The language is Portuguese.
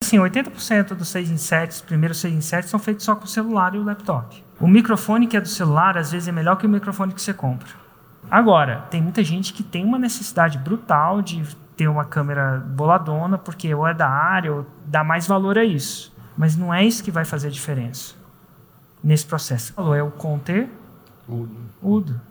assim, 80% dos 6 em 7, os primeiros 6 em 7 são feitos só com o celular e o laptop. O microfone que é do celular, às vezes, é melhor que o microfone que você compra. Agora, tem muita gente que tem uma necessidade brutal de ter uma câmera boladona, porque ou é da área, ou dá mais valor a isso. Mas não é isso que vai fazer a diferença nesse processo. É o conteúdo.